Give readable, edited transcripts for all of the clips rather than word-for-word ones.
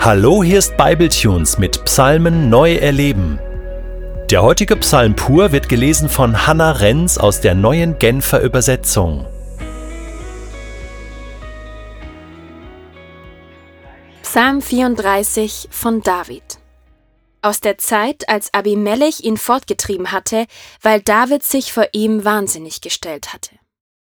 Hallo, hier ist Bibletunes mit Psalmen neu erleben. Der heutige Psalm pur wird gelesen von Hannah Renz aus der Neuen Genfer Übersetzung. Psalm 34 von David. Aus der Zeit, als Abimelech ihn fortgetrieben hatte, weil David sich vor ihm wahnsinnig gestellt hatte.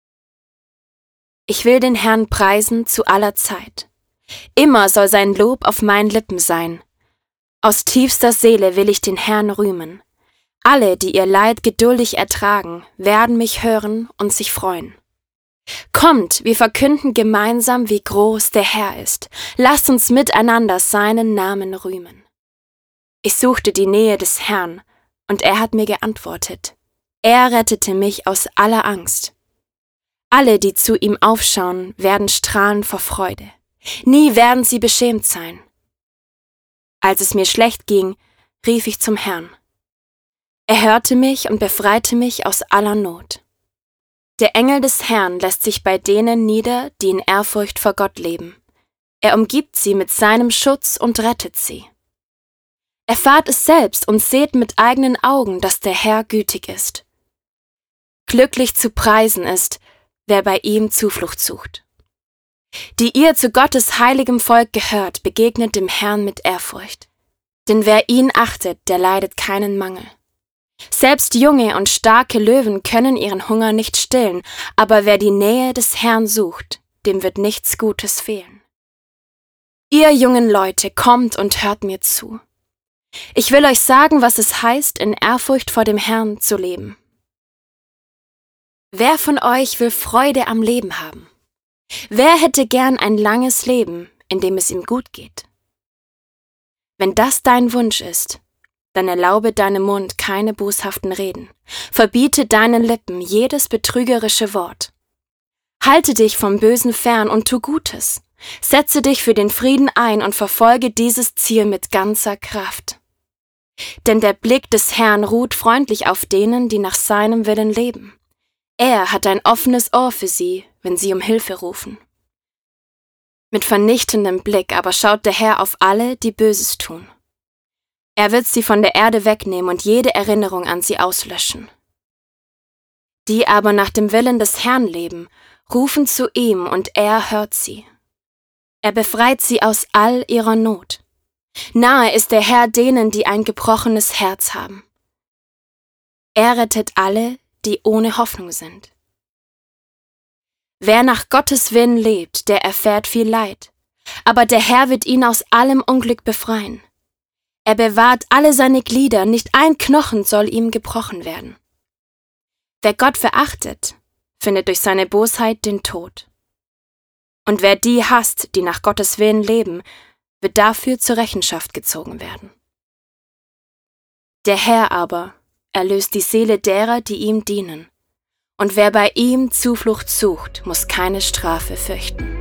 Ich will den Herrn preisen zu aller Zeit. Immer soll sein Lob auf meinen Lippen sein. Aus tiefster Seele will ich den Herrn rühmen. Alle, die ihr Leid geduldig ertragen, werden mich hören und sich freuen. Kommt, wir verkünden gemeinsam, wie groß der Herr ist. Lasst uns miteinander seinen Namen rühmen. Ich suchte die Nähe des Herrn, und er hat mir geantwortet. Er rettete mich aus aller Angst. Alle, die zu ihm aufschauen, werden strahlen vor Freude. Nie werden sie beschämt sein. Als es mir schlecht ging, rief ich zum Herrn. Er hörte mich und befreite mich aus aller Not. Der Engel des Herrn lässt sich bei denen nieder, die in Ehrfurcht vor Gott leben. Er umgibt sie mit seinem Schutz und rettet sie. Erfahrt es selbst und seht mit eigenen Augen, dass der Herr gütig ist. Glücklich zu preisen ist, wer bei ihm Zuflucht sucht. Die ihr zu Gottes heiligem Volk gehört, begegnet dem Herrn mit Ehrfurcht. Denn wer ihn achtet, der leidet keinen Mangel. Selbst junge und starke Löwen können ihren Hunger nicht stillen, aber wer die Nähe des Herrn sucht, dem wird nichts Gutes fehlen. Ihr jungen Leute, kommt und hört mir zu. Ich will euch sagen, was es heißt, in Ehrfurcht vor dem Herrn zu leben. Wer von euch will Freude am Leben haben? Wer hätte gern ein langes Leben, in dem es ihm gut geht? Wenn das dein Wunsch ist, dann erlaube deinem Mund keine boshaften Reden. Verbiete deinen Lippen jedes betrügerische Wort. Halte dich vom Bösen fern und tu Gutes. Setze dich für den Frieden ein und verfolge dieses Ziel mit ganzer Kraft. Denn der Blick des Herrn ruht freundlich auf denen, die nach seinem Willen leben. Er hat ein offenes Ohr für sie, wenn sie um Hilfe rufen. Mit vernichtendem Blick aber schaut der Herr auf alle, die Böses tun. Er wird sie von der Erde wegnehmen und jede Erinnerung an sie auslöschen. Die aber nach dem Willen des Herrn leben, rufen zu ihm und er hört sie. Er befreit sie aus all ihrer Not. Nahe ist der Herr denen, die ein gebrochenes Herz haben. Er rettet alle, die ohne Hoffnung sind. Wer nach Gottes Willen lebt, der erfährt viel Leid, aber der Herr wird ihn aus allem Unglück befreien. Er bewahrt alle seine Glieder, nicht ein Knochen soll ihm gebrochen werden. Wer Gott verachtet, findet durch seine Bosheit den Tod. Und wer die hasst, die nach Gottes Willen leben, wird dafür zur Rechenschaft gezogen werden. Der Herr aber erlöst die Seele derer, die ihm dienen. Und wer bei ihm Zuflucht sucht, muss keine Strafe fürchten.